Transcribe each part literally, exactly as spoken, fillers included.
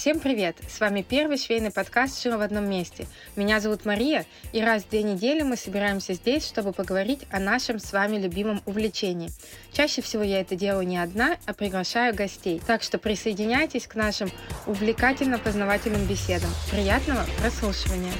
Всем привет! С вами первый швейный подкаст «Шила в одном месте». Меня зовут Мария, и раз в две недели мы собираемся здесь, чтобы поговорить о нашем с вами любимом увлечении. Чаще всего я это делаю не одна, а приглашаю гостей. Так что присоединяйтесь к нашим увлекательно-познавательным беседам. Приятного прослушивания!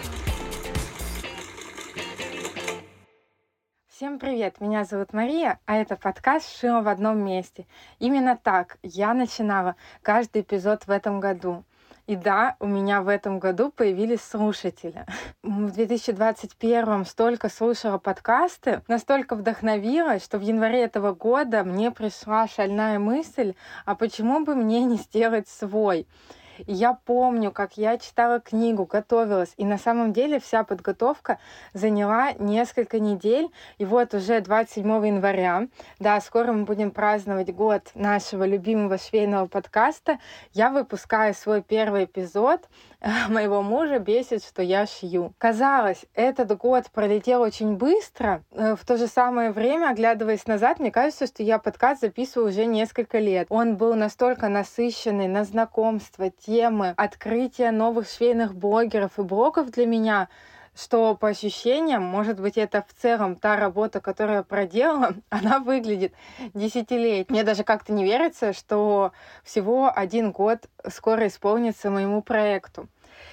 Всем привет! Меня зовут Мария, а это подкаст «Шила в одном месте». Именно так я начинала каждый эпизод в этом году. И да, у меня в этом году появились слушатели. В две тысячи двадцать первом столько слушала подкасты, настолько вдохновилась, что в январе этого года мне пришла шальная мысль, а почему бы мне не сделать свой? И я помню, как я читала книгу, готовилась, и на самом деле вся подготовка заняла несколько недель. И вот уже двадцать седьмого января, да, скоро мы будем праздновать год нашего любимого швейного подкаста, я выпускаю свой первый эпизод. Моего мужа бесит, что я шью. Казалось, этот год пролетел очень быстро. В то же самое время, оглядываясь назад, мне кажется, что я подкаст записываю уже несколько лет. Он был настолько насыщенный на знакомства, темы, открытие новых швейных блогеров и блогов для меня, что по ощущениям, может быть, это в целом та работа, которую я проделала, она выглядит десятилетней. Мне даже как-то не верится, что всего один год скоро исполнится моему проекту.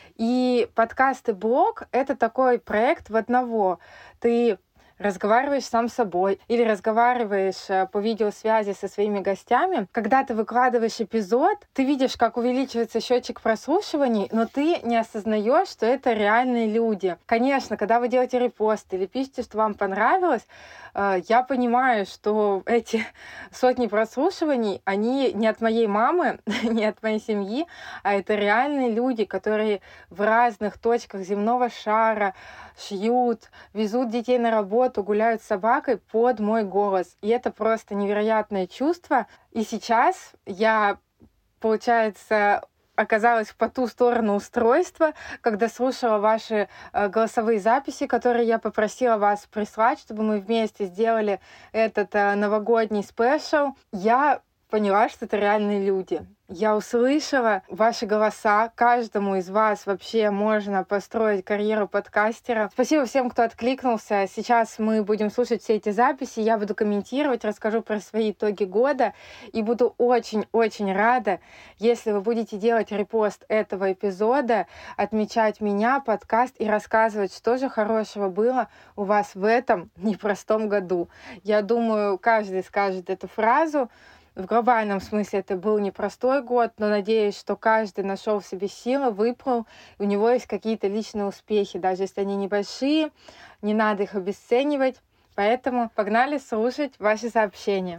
И подкаст и блог — это такой проект в одного. Ты разговариваешь сам с собой или разговариваешь по видеосвязи со своими гостями. Когда ты выкладываешь эпизод, ты видишь, как увеличивается счетчик прослушиваний, но ты не осознаешь, что это реальные люди. Конечно, когда вы делаете репост или пишете, что вам понравилось, я понимаю, что эти сотни прослушиваний, они не от моей мамы, не от моей семьи, а это реальные люди, которые в разных точках земного шара шьют, везут детей на работу, гуляют с собакой под мой голос. И это просто невероятное чувство. И сейчас я, получается, оказалась по ту сторону устройства, когда слушала ваши э, голосовые записи, которые я попросила вас прислать, чтобы мы вместе сделали этот э, новогодний спешл. Я поняла, что это реальные люди. Я услышала ваши голоса. Каждому из вас вообще можно построить карьеру подкастера. Спасибо всем, кто откликнулся. Сейчас мы будем слушать все эти записи. Я буду комментировать, расскажу про свои итоги года. И буду очень-очень рада, если вы будете делать репост этого эпизода, отмечать меня, подкаст и рассказывать, что же хорошего было у вас в этом непростом году. Я думаю, каждый скажет эту фразу. В глобальном смысле это был непростой год, но надеюсь, что каждый нашел в себе силы, выплыл, и у него есть какие-то личные успехи, даже если они небольшие, не надо их обесценивать. Поэтому погнали слушать ваши сообщения.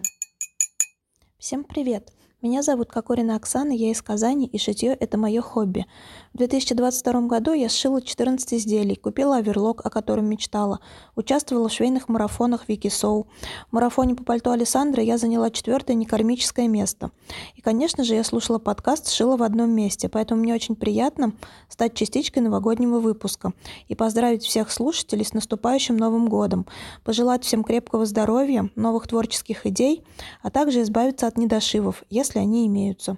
Всем привет! Меня зовут Кокорина Оксана, я из Казани, и шитье — это мое хобби. В две тысячи двадцать втором году я сшила четырнадцать изделий, купила оверлок, о котором мечтала, участвовала в швейных марафонах Вики Соу. В марафоне по пальто Александры я заняла четвертое некармическое место. И, конечно же, я слушала подкаст «Шила в одном месте», поэтому мне очень приятно стать частичкой новогоднего выпуска и поздравить всех слушателей с наступающим Новым годом, пожелать всем крепкого здоровья, новых творческих идей, а также избавиться от недошивов, если они имеются.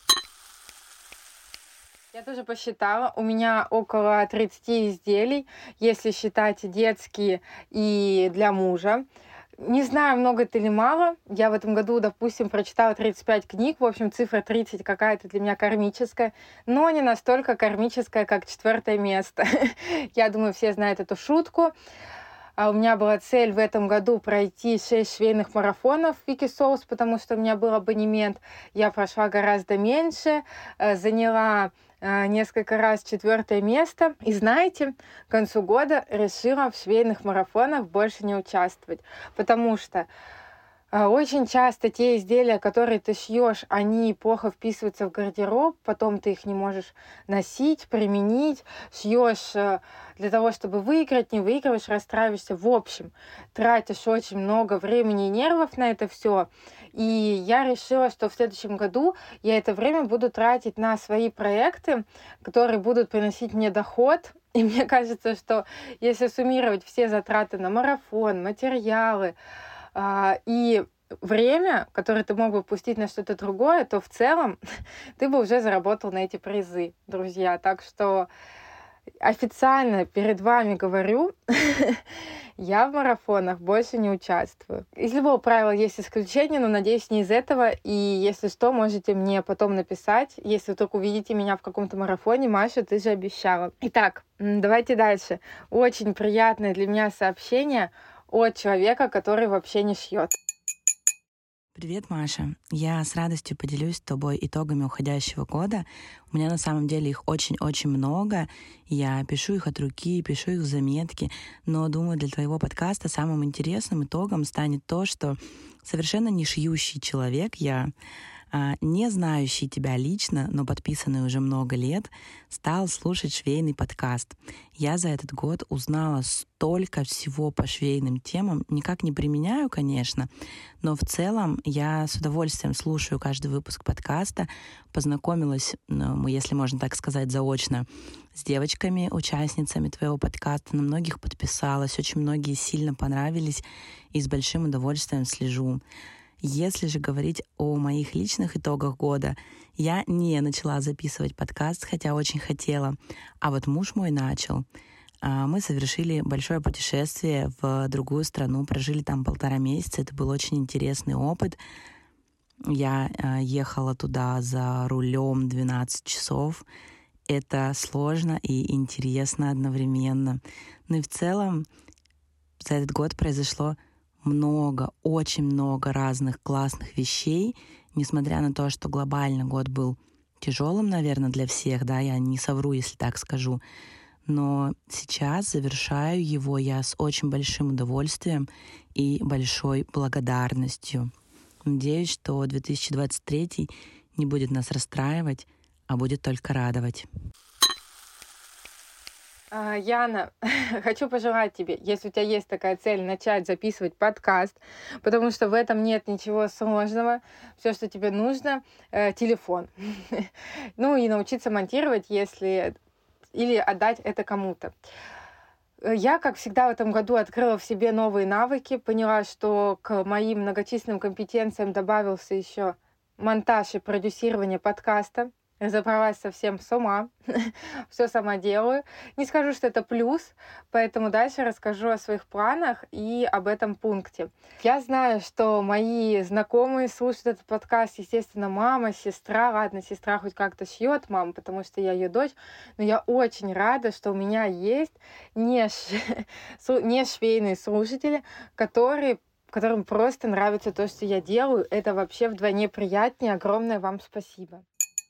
Я тоже посчитала, у меня около тридцати изделий, если считать детские и для мужа. Не знаю, много это или мало. Я в этом году, допустим, прочитала тридцать пять книг. В общем, цифра тридцать какая-то для меня кармическая, но не настолько кармическая, как четвертое место. Я думаю, все знают эту шутку. А у меня была цель в этом году пройти шесть швейных марафонов Вики Соу, потому что у меня был абонемент. Я прошла гораздо меньше, заняла несколько раз четвертое место. И знаете, к концу года решила в швейных марафонах больше не участвовать, потому что очень часто те изделия, которые ты шьешь, они плохо вписываются в гардероб, потом ты их не можешь носить, применить, шьешь для того, чтобы выиграть, не выигрываешь, расстраиваешься. В общем, тратишь очень много времени и нервов на это все. И я решила, что в следующем году я это время буду тратить на свои проекты, которые будут приносить мне доход. И мне кажется, что если суммировать все затраты на марафон, материалы, и время, которое ты мог бы пустить на что-то другое, то в целом ты бы уже заработал на эти призы, друзья. Так что официально перед вами говорю, я в марафонах больше не участвую. Из любого правила есть исключение, но, надеюсь, не из этого. И если что, можете мне потом написать, если вдруг увидите меня в каком-то марафоне. Маша, ты же обещала. Итак, давайте дальше. Очень приятное для меня сообщение от человека, который вообще не шьет. Привет, Маша. Я с радостью поделюсь с тобой итогами уходящего года. У меня на самом деле их очень-очень много. Я пишу их от руки, пишу их в заметки. Но, думаю, для твоего подкаста самым интересным итогом станет то, что совершенно не шьющий человек я, не знающий тебя лично, но подписанный уже много лет, стал слушать швейный подкаст. Я за этот год узнала столько всего по швейным темам. Никак не применяю, конечно, но в целом я с удовольствием слушаю каждый выпуск подкаста. Познакомилась, ну, если можно так сказать, заочно с девочками, участницами твоего подкаста. На многих подписалась, очень многие сильно понравились и с большим удовольствием слежу. Если же говорить о моих личных итогах года, я не начала записывать подкаст, хотя очень хотела, а вот муж мой начал. Мы совершили большое путешествие в другую страну, прожили там полтора месяца, это был очень интересный опыт. Я ехала туда за рулем двенадцать часов. Это сложно и интересно одновременно. Ну и в целом за этот год произошло много, очень много разных классных вещей, несмотря на то, что глобально год был тяжелым, наверное, для всех, да, я не совру, если так скажу, но сейчас завершаю его я с очень большим удовольствием и большой благодарностью. Надеюсь, что две тысячи двадцать третий не будет нас расстраивать, а будет только радовать. Яна, хочу пожелать тебе, если у тебя есть такая цель, начать записывать подкаст, потому что в этом нет ничего сложного. Все, что тебе нужно, э, телефон. Ну и научиться монтировать, если или отдать это кому-то. Я, как всегда, в этом году открыла в себе новые навыки, поняла, что к моим многочисленным компетенциям добавился еще монтаж и продюсирование подкаста. Разобралась совсем с ума, все сама делаю. Не скажу, что это плюс, поэтому дальше расскажу о своих планах и об этом пункте. Я знаю, что мои знакомые слушают этот подкаст, естественно, мама, сестра. Ладно, сестра хоть как-то шьет, мама, потому что я ее дочь, но я очень рада, что у меня есть не, ш... не швейные слушатели, которые которым просто нравится то, что я делаю. Это вообще вдвойне приятнее. Огромное вам спасибо.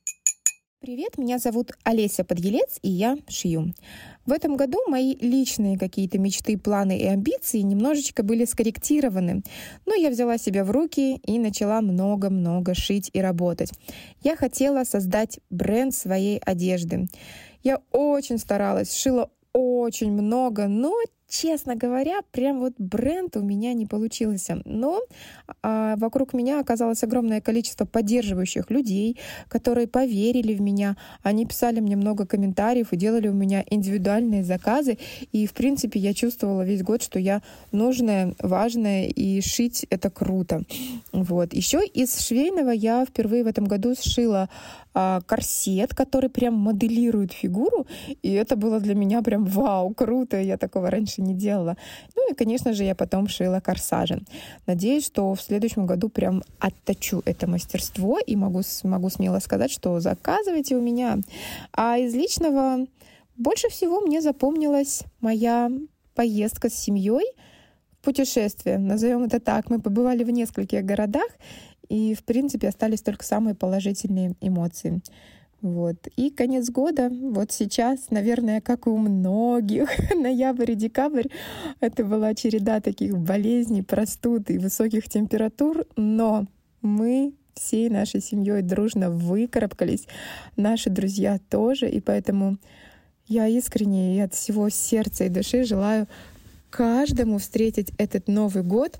Привет, меня зовут Олеся Подъелец, и я шью. В этом году мои личные какие-то мечты, планы и амбиции немножечко были скорректированы, но я взяла себя в руки и начала много-много шить и работать. Я хотела создать бренд своей одежды. Я очень старалась, шила очень много, но, честно говоря, прям вот бренд у меня не получился. Но а, вокруг меня оказалось огромное количество поддерживающих людей, которые поверили в меня. Они писали мне много комментариев и делали у меня индивидуальные заказы. И, в принципе, я чувствовала весь год, что я нужная, важная, и шить — это круто. Вот. Еще из швейного я впервые в этом году сшила а, корсет, который прям моделирует фигуру. И это было для меня прям вау, круто. Я такого раньше не делала. Ну и, конечно же, я потом шила корсажи. Надеюсь, что в следующем году прям отточу это мастерство и могу, могу смело сказать, что заказывайте у меня. А из личного больше всего мне запомнилась моя поездка с семьей в путешествие. Назовем это так. Мы побывали в нескольких городах, и, в принципе, остались только самые положительные эмоции. Вот. И конец года, вот сейчас, наверное, как и у многих, ноябрь и декабрь, это была череда таких болезней, простуд и высоких температур, но мы всей нашей семьей дружно выкарабкались, наши друзья тоже, и поэтому я искренне и от всего сердца и души желаю каждому встретить этот Новый год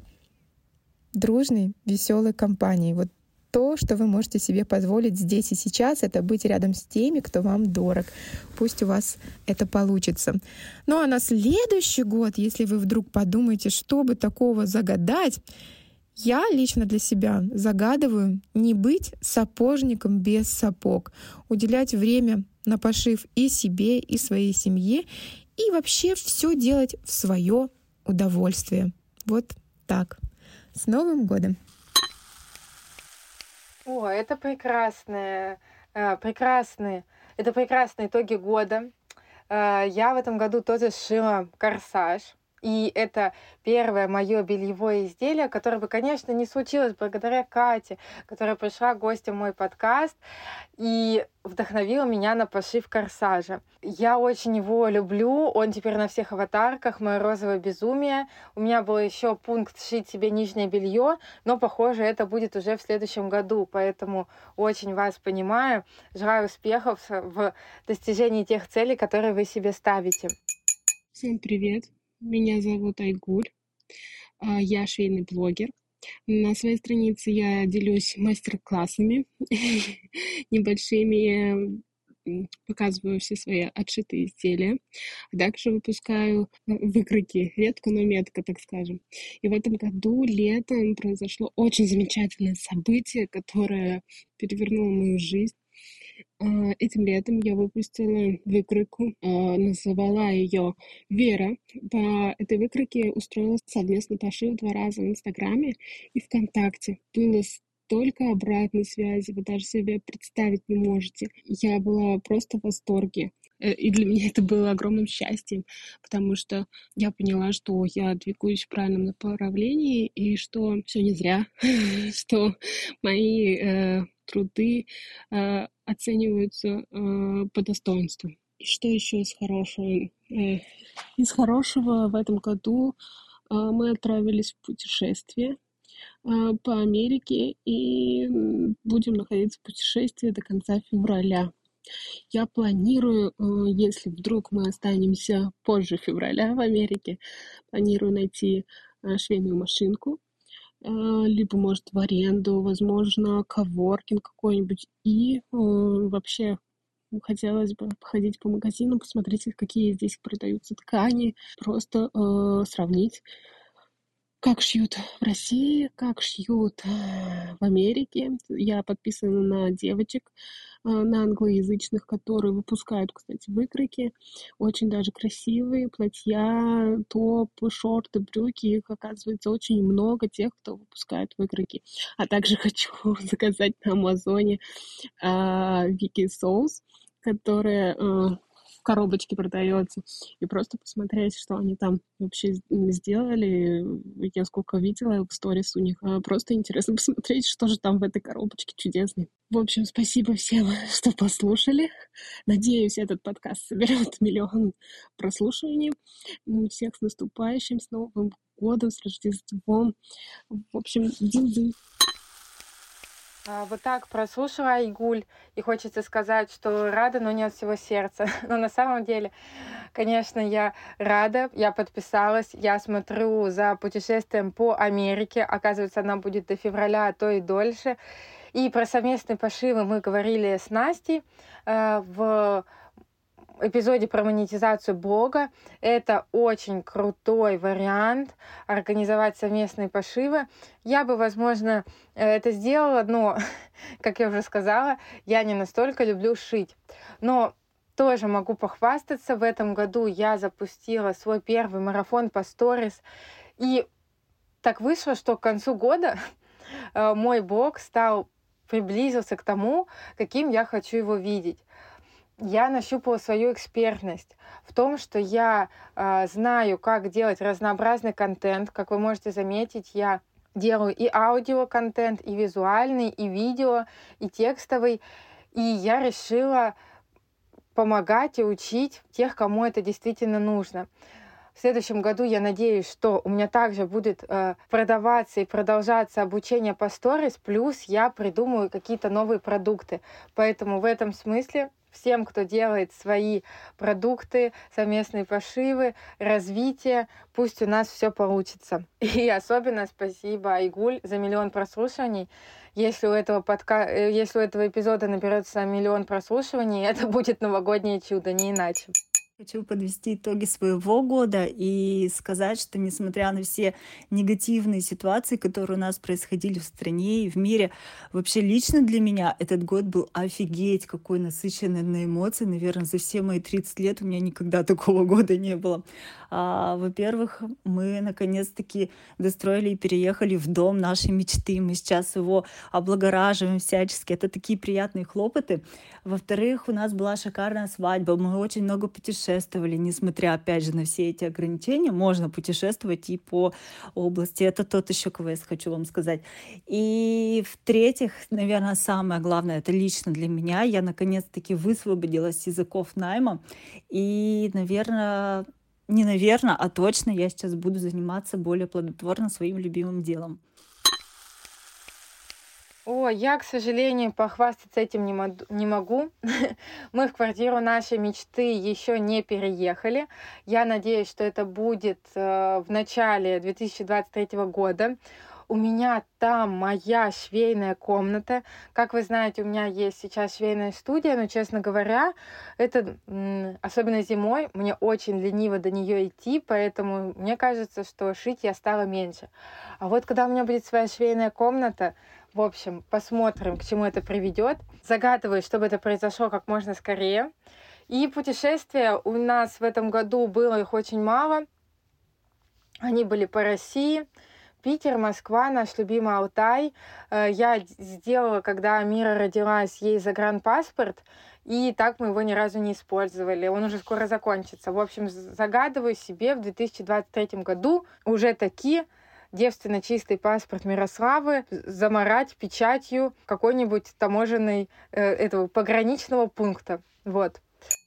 дружной, веселой компанией. Вот то, что вы можете себе позволить здесь и сейчас, это быть рядом с теми, кто вам дорог. Пусть у вас это получится. Ну а на следующий год, если вы вдруг подумаете, что бы такого загадать, Я лично для себя загадываю не быть сапожником без сапог, уделять время на пошив и себе, и своей семье, и вообще все делать в свое удовольствие. Вот так. С Новым годом! О, это прекрасные, э, прекрасные, это прекрасные итоги года. Э, Я в этом году тоже сшила корсаж. И это первое мое бельевое изделие, которое бы, конечно, не случилось благодаря Кате, которая пришла гостем в мой подкаст и вдохновила меня на пошив корсажа. Я очень его люблю, он теперь на всех аватарках, мое розовое безумие. У меня был еще пункт «Шить себе нижнее белье», но, похоже, это будет уже в следующем году, поэтому очень вас понимаю. Желаю успехов в достижении тех целей, которые вы себе ставите. Всем привет! Меня зовут Айгуль, а, я швейный блогер. На своей странице я делюсь мастер-классами небольшими, м, показываю все свои отшитые изделия. Также выпускаю э, выкройки, редко, но метко, так скажем. И в этом году летом произошло очень замечательное событие, которое перевернуло мою жизнь. А, Этим летом я выпустила выкройку, а, называла ее Вера. По этой выкройке устроила совместный пошив два раза в Инстаграме и ВКонтакте. Было столько обратной связи, вы даже себе представить не можете. Я была просто в восторге. Э, И для меня это было огромным счастьем, потому что я поняла, что я двигаюсь в правильном направлении и что все не зря, что мои э, труды э, оцениваются э, по достоинству. И что еще из хорошего? Э, Из хорошего в этом году э, мы отправились в путешествие э, по Америке и м, будем находиться в путешествии до конца февраля. Я планирую, э, если вдруг мы останемся позже февраля в Америке, планирую найти э, швейную машинку, э, либо, может, в аренду, возможно, коворкинг какой-нибудь. И э, вообще хотелось бы походить по магазинам, посмотреть, какие здесь продаются ткани, просто э, сравнить, как шьют в России, как шьют э, в Америке. Я подписана на девочек, э, на англоязычных, которые выпускают, кстати, выкройки. Очень даже красивые платья, топы, шорты, брюки. Их, оказывается, очень много тех, кто выпускает выкройки. А также хочу заказать на Амазоне Вики Соус, которая э, в коробочке продается, и просто посмотреть, что они там вообще с- м, сделали. Я сколько видела в сторис у них. а, Просто интересно посмотреть, что же там в этой коробочке чудесной. В общем, спасибо всем, что послушали. Надеюсь, этот подкаст соберет миллион прослушиваний. М, Всех с наступающим, с Новым годом, с Рождеством. В общем, дин-дин. А, Вот так прослушала Айгуль, и хочется сказать, что рада, но не от всего сердца. Но на самом деле, конечно, я рада, я подписалась, я смотрю за путешествием по Америке. Оказывается, она будет до февраля, а то и дольше. И про совместные пошивы мы говорили с Настей э, в эпизоде про монетизацию блога. Это очень крутой вариант организовать совместные пошивы. Я бы, возможно, э, это сделала, но, как я уже сказала, я не настолько люблю шить. Но тоже могу похвастаться. В этом году я запустила свой первый марафон по сторис. И так вышло, что к концу года э, мой блог стал приблизился к тому, каким я хочу его видеть. Я нащупала свою экспертность в том, что я э, знаю, как делать разнообразный контент. Как вы можете заметить, я делаю и аудиоконтент, и визуальный, и видео, и текстовый. И я решила помогать и учить тех, кому это действительно нужно. В следующем году я надеюсь, что у меня также будет э, продаваться и продолжаться обучение по сторис, плюс я придумаю какие-то новые продукты. Поэтому в этом смысле всем, кто делает свои продукты, совместные пошивы, развитие, пусть у нас все получится. И особенно спасибо Айгуль за миллион прослушиваний. Если у этого подка... э, если у этого эпизода наберется миллион прослушиваний, это будет новогоднее чудо, не иначе. Хочу подвести итоги своего года и сказать, что несмотря на все негативные ситуации, которые у нас происходили в стране и в мире, вообще лично для меня этот год был офигеть какой насыщенный на эмоции. Наверное, за все мои тридцать лет у меня никогда такого года не было. А, во-первых, мы наконец-таки достроили и переехали в дом нашей мечты. Мы сейчас его облагораживаем всячески. Это такие приятные хлопоты. Во-вторых, у нас была шикарная свадьба. Мы очень много путешествовали, несмотря, опять же, на все эти ограничения. Можно путешествовать и по области. Это тот еще КВС, хочу вам сказать. И в-третьих, наверное, самое главное, это лично для меня. Я наконец-таки высвободилась из оков найма. И, наверное, не наверное, а точно я сейчас буду заниматься более плодотворно своим любимым делом. О, я, к сожалению, похвастаться этим не, мод- не могу. Мы в квартиру нашей мечты еще не переехали. Я надеюсь, что это будет э, в начале две тысячи двадцать третьего года. У меня там моя швейная комната. Как вы знаете, у меня есть сейчас швейная студия, но, честно говоря, это, м, особенно зимой, мне очень лениво до нее идти, поэтому мне кажется, что шить я стала меньше. А вот когда у меня будет своя швейная комната, в общем, посмотрим, к чему это приведет. Загадываю, чтобы это произошло как можно скорее. И путешествия у нас в этом году было их очень мало. Они были по России. Питер, Москва, наш любимый Алтай. Я сделала, когда Мира родилась, ей загранпаспорт, и так мы его ни разу не использовали. Он уже скоро закончится. В общем, загадываю себе в две тысячи двадцать третьем году уже такие девственно чистый паспорт Мирославы замарать печатью какой-нибудь таможенной э, этого пограничного пункта. Вот.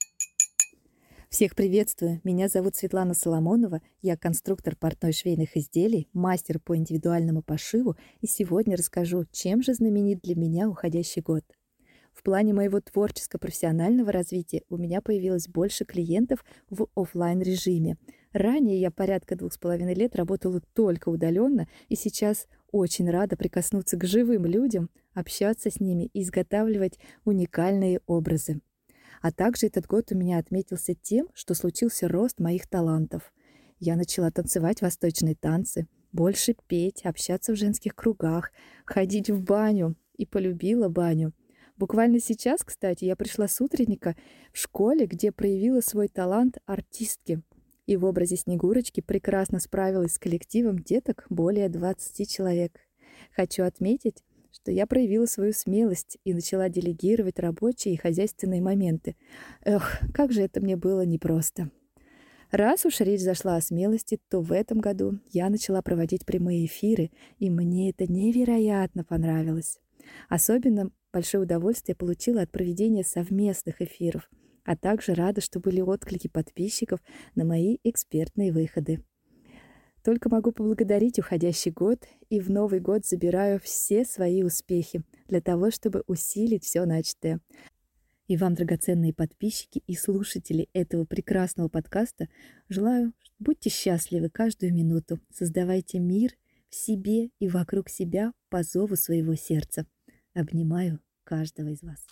Всех приветствую! Меня зовут Светлана Соломонова, я конструктор портной швейных изделий, мастер по индивидуальному пошиву, и сегодня расскажу, чем же знаменит для меня уходящий год. В плане моего творческо-профессионального развития у меня появилось больше клиентов в офлайн режиме. Ранее я порядка двух с половиной лет работала только удаленно, и сейчас очень рада прикоснуться к живым людям, общаться с ними и изготавливать уникальные образы. А также этот год у меня отметился тем, что случился рост моих талантов. Я начала танцевать восточные танцы, больше петь, общаться в женских кругах, ходить в баню и полюбила баню. Буквально сейчас, кстати, я пришла с утренника в школе, где проявила свой талант артистки. И в образе Снегурочки прекрасно справилась с коллективом деток более двадцати человек. Хочу отметить, что я проявила свою смелость и начала делегировать рабочие и хозяйственные моменты. Эх, как же это мне было непросто. Раз уж речь зашла о смелости, то в этом году я начала проводить прямые эфиры, и мне это невероятно понравилось. Особенно большое удовольствие получила от проведения совместных эфиров, а также рада, что были отклики подписчиков на мои экспертные выходы. Только могу поблагодарить уходящий год, и в Новый год забираю все свои успехи для того, чтобы усилить все начатое. И вам, драгоценные подписчики и слушатели этого прекрасного подкаста, желаю, будьте счастливы каждую минуту, создавайте мир в себе и вокруг себя по зову своего сердца. Обнимаю каждого из вас.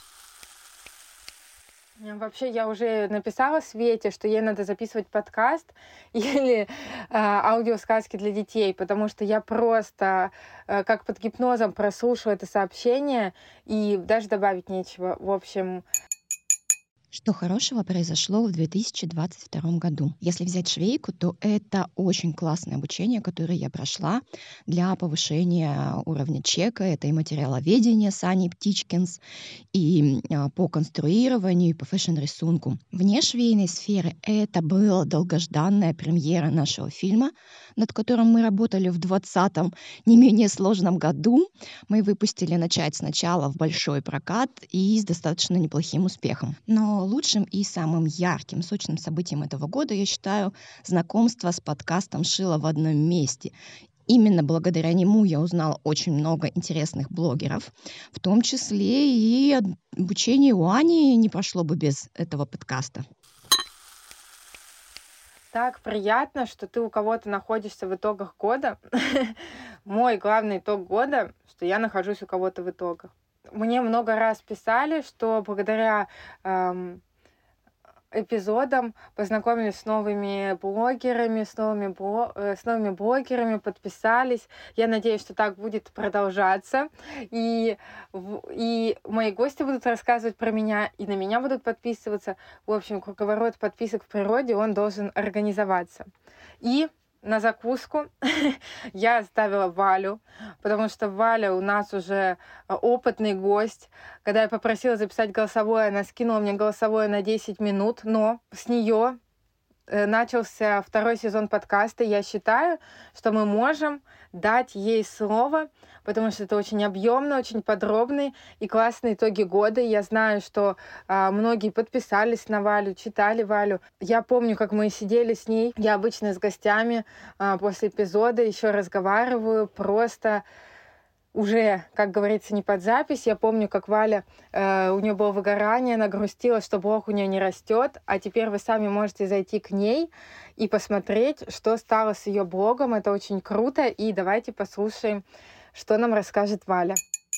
Вообще, я уже написала Свете, что ей надо записывать подкаст или э, аудиосказки для детей, потому что я просто э, как под гипнозом прослушала это сообщение, и даже добавить нечего. В общем... Что хорошего произошло в две тысячи двадцать втором году? Если взять швейку, то это очень классное обучение, которое я прошла для повышения уровня чека. Это и материаловедение с Аней Птичкинс, и по конструированию, и по фэшн-рисунку. Вне швейной сферы это была долгожданная премьера нашего фильма, над которым мы работали в двадцатом не менее сложном году. Мы выпустили «Начать сначала» в большой прокат и с достаточно неплохим успехом. Но лучшим и самым ярким, сочным событием этого года я считаю знакомство с подкастом «Шила в одном месте». Именно благодаря нему я узнала очень много интересных блогеров, в том числе и обучение у Ани не прошло бы без этого подкаста. Так приятно, что ты у кого-то находишься в итогах года. Мой главный итог года, что я нахожусь у кого-то в итогах. Мне много раз писали, что благодаря эм, эпизодам познакомились с новыми блогерами, с новыми, бло... с новыми блогерами, подписались. Я надеюсь, что так будет продолжаться. И, и мои гости будут рассказывать про меня, и на меня будут подписываться. В общем, круговорот подписок в природе, он должен организоваться. И на закуску я оставила Валю, потому что Валя у нас уже опытный гость. Когда я попросила записать голосовое, она скинула мне голосовое на десять минут, но с нее начался второй сезон подкаста. Я считаю, что мы можем дать ей слово, потому что это очень объемно, очень подробный и классные итоги года. Я знаю, что а, многие подписались на Валю, читали Валю. Я помню, как мы сидели с ней. Я обычно с гостями а, после эпизода еще разговариваю, просто уже, как говорится, не под запись. Я помню, как Валя, э, у нее было выгорание, она грустила, что блог у нее не растет, а теперь вы сами можете зайти к ней и посмотреть, что стало с ее блогом. Это очень круто, и давайте послушаем, что нам расскажет Валя.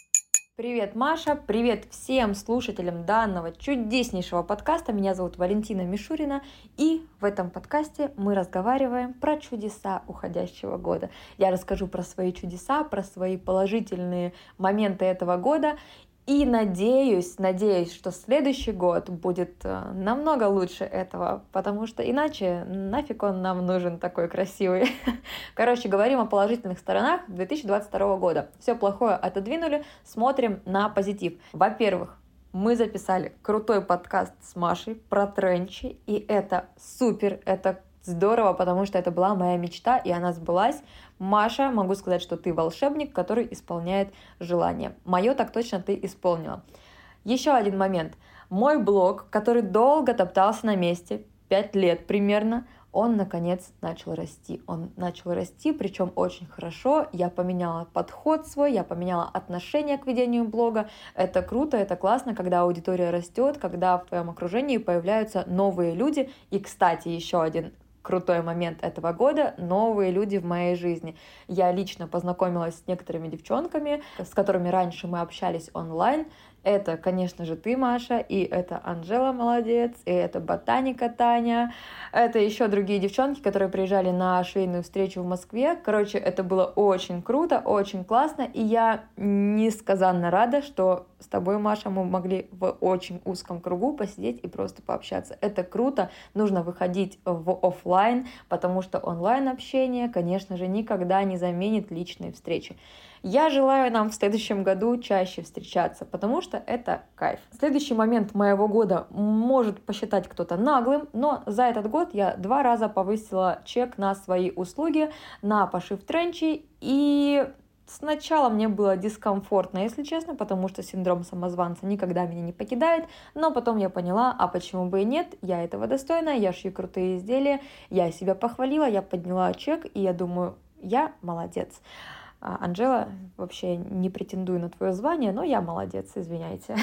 Привет, Маша! Привет всем слушателям данного чудеснейшего подкаста. Меня зовут Валентина Мишурина, и в этом подкасте мы разговариваем про чудеса уходящего года. Я расскажу про свои чудеса, про свои положительные моменты этого года. И надеюсь, надеюсь, что следующий год будет намного лучше этого, потому что иначе нафиг он нам нужен такой красивый. Короче, говорим о положительных сторонах две тысячи двадцать второго года. Все плохое отодвинули, смотрим на позитив. Во-первых, мы записали крутой подкаст с Машей про тренчи, и это супер, это здорово, потому что это была моя мечта, и она сбылась. Маша, могу сказать, что ты волшебник, который исполняет желания. Мое так точно ты исполнила. Еще один момент. Мой блог, который долго топтался на месте, пять лет примерно, он наконец начал расти. Он начал расти, причем очень хорошо. Я поменяла подход свой, я поменяла отношение к ведению блога. Это круто, это классно, когда аудитория растет, когда в твоем окружении появляются новые люди. И, кстати, еще один крутой момент этого года — новые люди в моей жизни. Я лично познакомилась с некоторыми девчонками, с которыми раньше мы общались онлайн. Это, конечно же, ты, Маша, и это Анжела, молодец, и это Ботаника Таня, это еще другие девчонки, которые приезжали на швейную встречу в Москве. Короче, это было очень круто, очень классно, и я несказанно рада, что с тобой, Маша, мы могли в очень узком кругу посидеть и просто пообщаться. Это круто, нужно выходить в офлайн, потому что онлайн-общение, конечно же, никогда не заменит личные встречи. Я желаю нам в следующем году чаще встречаться, потому что это кайф. Следующий момент моего года может посчитать кто-то наглым, но за этот год я два раза повысила чек на свои услуги, на пошив тренчей, и сначала мне было дискомфортно, если честно, потому что синдром самозванца никогда меня не покидает, но потом я поняла, а почему бы и нет, я этого достойна, я шью крутые изделия, я себя похвалила, я подняла чек, и я думаю, я молодец. Анжела, вообще не претендую на твое звание, но я молодец, извиняйте.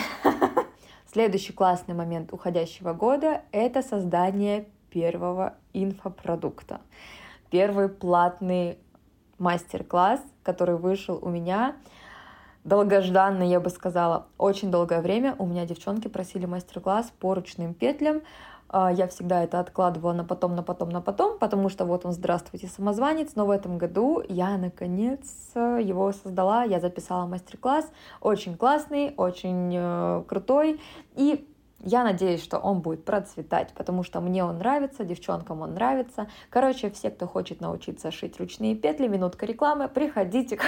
Следующий классный момент уходящего года — это создание первого инфопродукта. Первый платный мастер-класс, который вышел у меня, долгожданный, я бы сказала, очень долгое время. У меня девчонки просили мастер-класс по ручным петлям. Я всегда это откладывала на потом, на потом, на потом, потому что вот он, здравствуйте, самозванец. Но в этом году я, наконец, его создала. Я записала мастер-класс. Очень классный, очень э, крутой. И я надеюсь, что он будет процветать, потому что мне он нравится, девчонкам он нравится. Короче, все, кто хочет научиться шить ручные петли, минутка рекламы, приходите,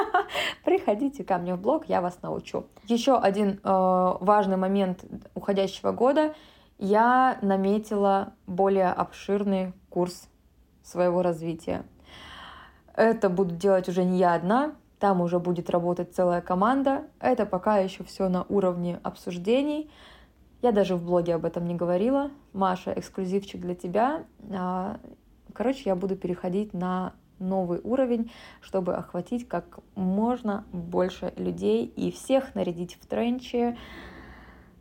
приходите ко мне в блог, я вас научу. Еще один э, важный момент уходящего года. Я наметила более обширный курс своего развития. Это буду делать уже не я одна, там уже будет работать целая команда. Это пока еще все на уровне обсуждений. Я даже в блоге об этом не говорила. Маша, эксклюзивчик для тебя. Короче, я буду переходить на новый уровень, чтобы охватить как можно больше людей и всех нарядить в тренчи.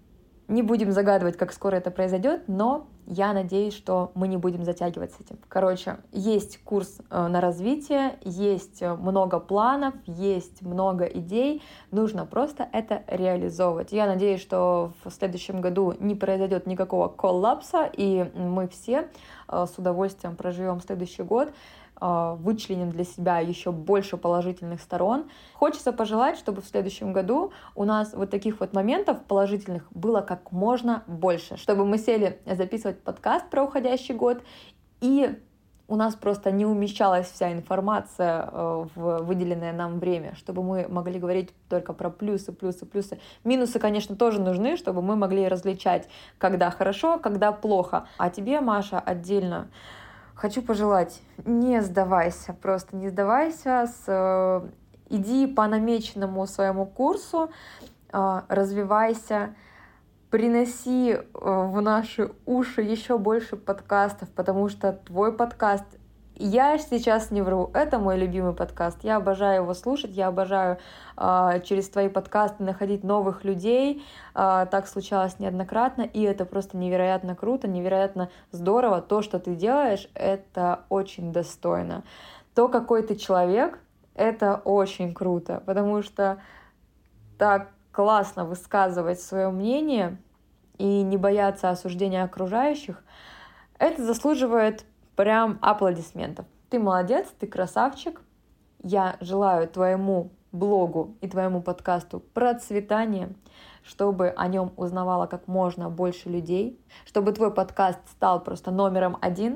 Не будем загадывать, как скоро это произойдет, но я надеюсь, что мы не будем затягивать с этим. Короче, есть курс на развитие, есть много планов, есть много идей, нужно просто это реализовывать. Я надеюсь, что в следующем году не произойдет никакого коллапса, и мы все с удовольствием проживем следующий год, вычленим для себя еще больше положительных сторон. Хочется пожелать, чтобы в следующем году у нас вот таких вот моментов положительных было как можно больше, чтобы мы сели записывать подкаст про уходящий год, и у нас просто не умещалась вся информация в выделенное нам время, чтобы мы могли говорить только про плюсы, плюсы, плюсы. Минусы, конечно, тоже нужны, чтобы мы могли различать, когда хорошо, когда плохо. А тебе, Маша, отдельно хочу пожелать: не сдавайся, просто не сдавайся, с, иди по намеченному своему курсу, развивайся, приноси в наши уши еще больше подкастов, потому что твой подкаст, я сейчас не вру, это мой любимый подкаст, я обожаю его слушать, я обожаю э, через твои подкасты находить новых людей, э, так случалось неоднократно, и это просто невероятно круто, невероятно здорово, то, что ты делаешь, это очень достойно. То, какой ты человек, это очень круто, потому что так классно высказывать свое мнение и не бояться осуждения окружающих, это заслуживает прям аплодисментов. Ты молодец, ты красавчик. Я желаю твоему блогу и твоему подкасту процветания, чтобы о нем узнавало как можно больше людей, чтобы твой подкаст стал просто номером один.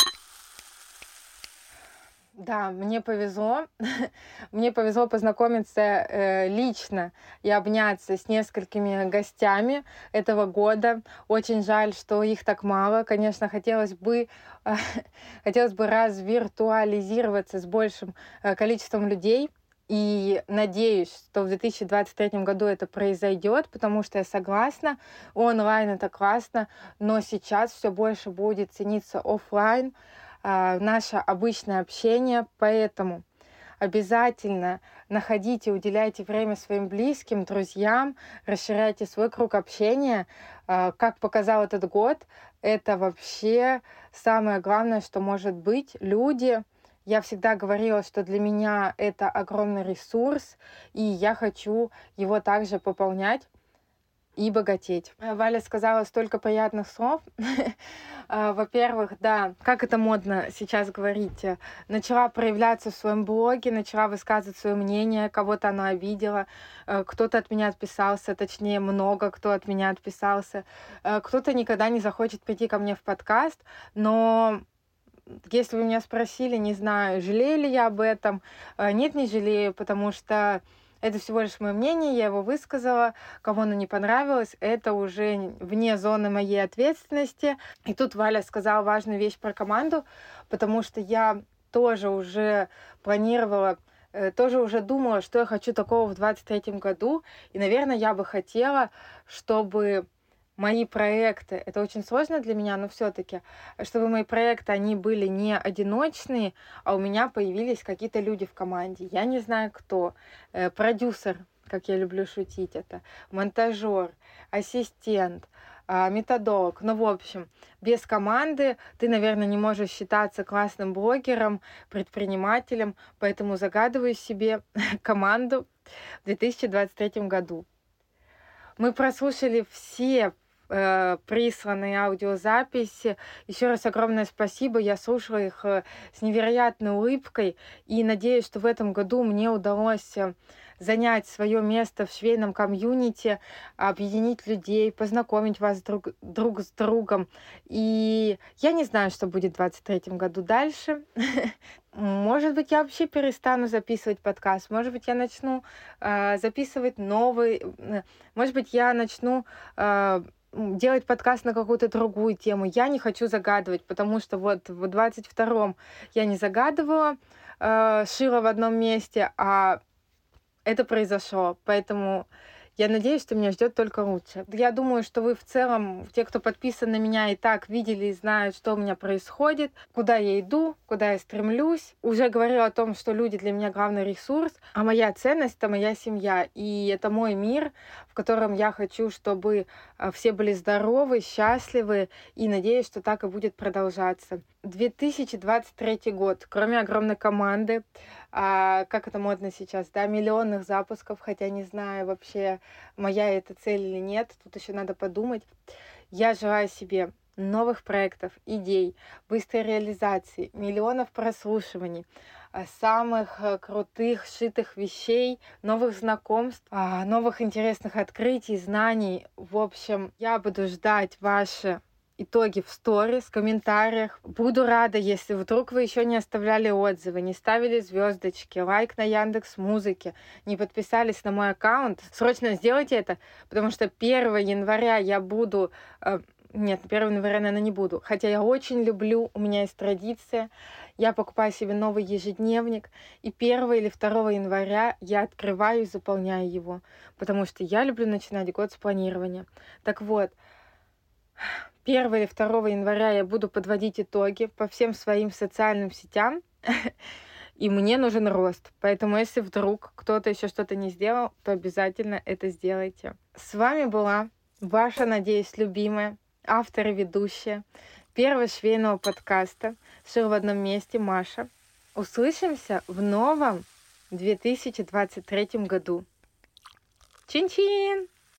Да, мне повезло. Мне повезло познакомиться э, лично и обняться с несколькими гостями этого года. Очень жаль, что их так мало. Конечно, хотелось бы, э, хотелось бы развиртуализироваться с большим э, количеством людей. И надеюсь, что в две тысячи двадцать третьем году это произойдет, потому что я согласна, онлайн это классно, но сейчас все больше будет цениться офлайн, наше обычное общение, поэтому обязательно находите, уделяйте время своим близким, друзьям, расширяйте свой круг общения. Как показал этот год, это вообще самое главное, что может быть. Люди, я всегда говорила, что для меня это огромный ресурс, и я хочу его также пополнять и богатеть. Валя сказала столько приятных слов. Во-первых, да, как это модно сейчас говорить, начала проявляться в своем блоге, начала высказывать свое мнение, кого-то она обидела, кто-то от меня отписался, точнее, много кто от меня отписался, кто-то никогда не захочет прийти ко мне в подкаст, но если вы меня спросили, не знаю, жалею ли я об этом, нет, не жалею, потому что это всего лишь мое мнение, я его высказала, кому оно не понравилось, это уже вне зоны моей ответственности. И тут Валя сказала важную вещь про команду, потому что я тоже уже планировала, тоже уже думала, что я хочу такого в двадцать третьем году. И, наверное, я бы хотела, чтобы мои проекты, это очень сложно для меня, но все-таки, чтобы мои проекты, они были не одиночные, а у меня появились какие-то люди в команде. Я не знаю кто. Э, продюсер, как я люблю шутить это, монтажер, ассистент, э, методолог. Ну, в общем, без команды ты, наверное, не можешь считаться классным блогером, предпринимателем, поэтому загадываю себе команду в две тысячи двадцать третьем году. Мы прослушали все э, присланные аудиозаписи. Еще раз огромное спасибо. Я слушала их э, с невероятной улыбкой. И надеюсь, что в этом году мне удалось э, занять свое место в швейном комьюнити, объединить людей, познакомить вас друг, друг с другом. И я не знаю, что будет в двадцать третьем году дальше. Может быть, я вообще перестану записывать подкаст. Может быть, я начну э, записывать новый. Может быть, я начну э, делать подкаст на какую-то другую тему. Я не хочу загадывать, потому что вот в двадцать втором я не загадывала, э, шила в одном месте, а это произошло. Поэтому Я надеюсь, что меня ждет только лучше. Я думаю, что вы в целом, те, кто подписан на меня, и так видели и знают, что у меня происходит, куда я иду, куда я стремлюсь. Уже говорила о том, что люди для меня главный ресурс, а моя ценность — это моя семья. И это мой мир, в котором я хочу, чтобы все были здоровы, счастливы, и надеюсь, что так и будет продолжаться. две тысячи двадцать третий год. Кроме огромной команды, а, как это модно сейчас, да, миллионных запусков, хотя не знаю вообще, моя это цель или нет, тут еще надо подумать. Я желаю себе новых проектов, идей, быстрой реализации, миллионов прослушиваний, самых крутых, шитых вещей, новых знакомств, новых интересных открытий, знаний. В общем, я буду ждать ваши итоги в сторис, в комментариях. Буду рада, если вдруг вы еще не оставляли отзывы, не ставили звездочки, лайк на Яндекс.Музыке, не подписались на мой аккаунт. Срочно сделайте это, потому что первого января я буду... Э, нет, первого января, наверное, не буду. Хотя я очень люблю, у меня есть традиция. Я покупаю себе новый ежедневник, и первого или второго января я открываю и заполняю его, потому что я люблю начинать год с планирования. Так вот, первого или второго января я буду подводить итоги по всем своим социальным сетям, и мне нужен рост. Поэтому если вдруг кто-то еще что-то не сделал, то обязательно это сделайте. С вами была ваша, надеюсь, любимая автор и ведущая первого швейного подкаста «Шил в одном месте» Маша. Услышимся в новом две тысячи двадцать третьем году. Чин-чин!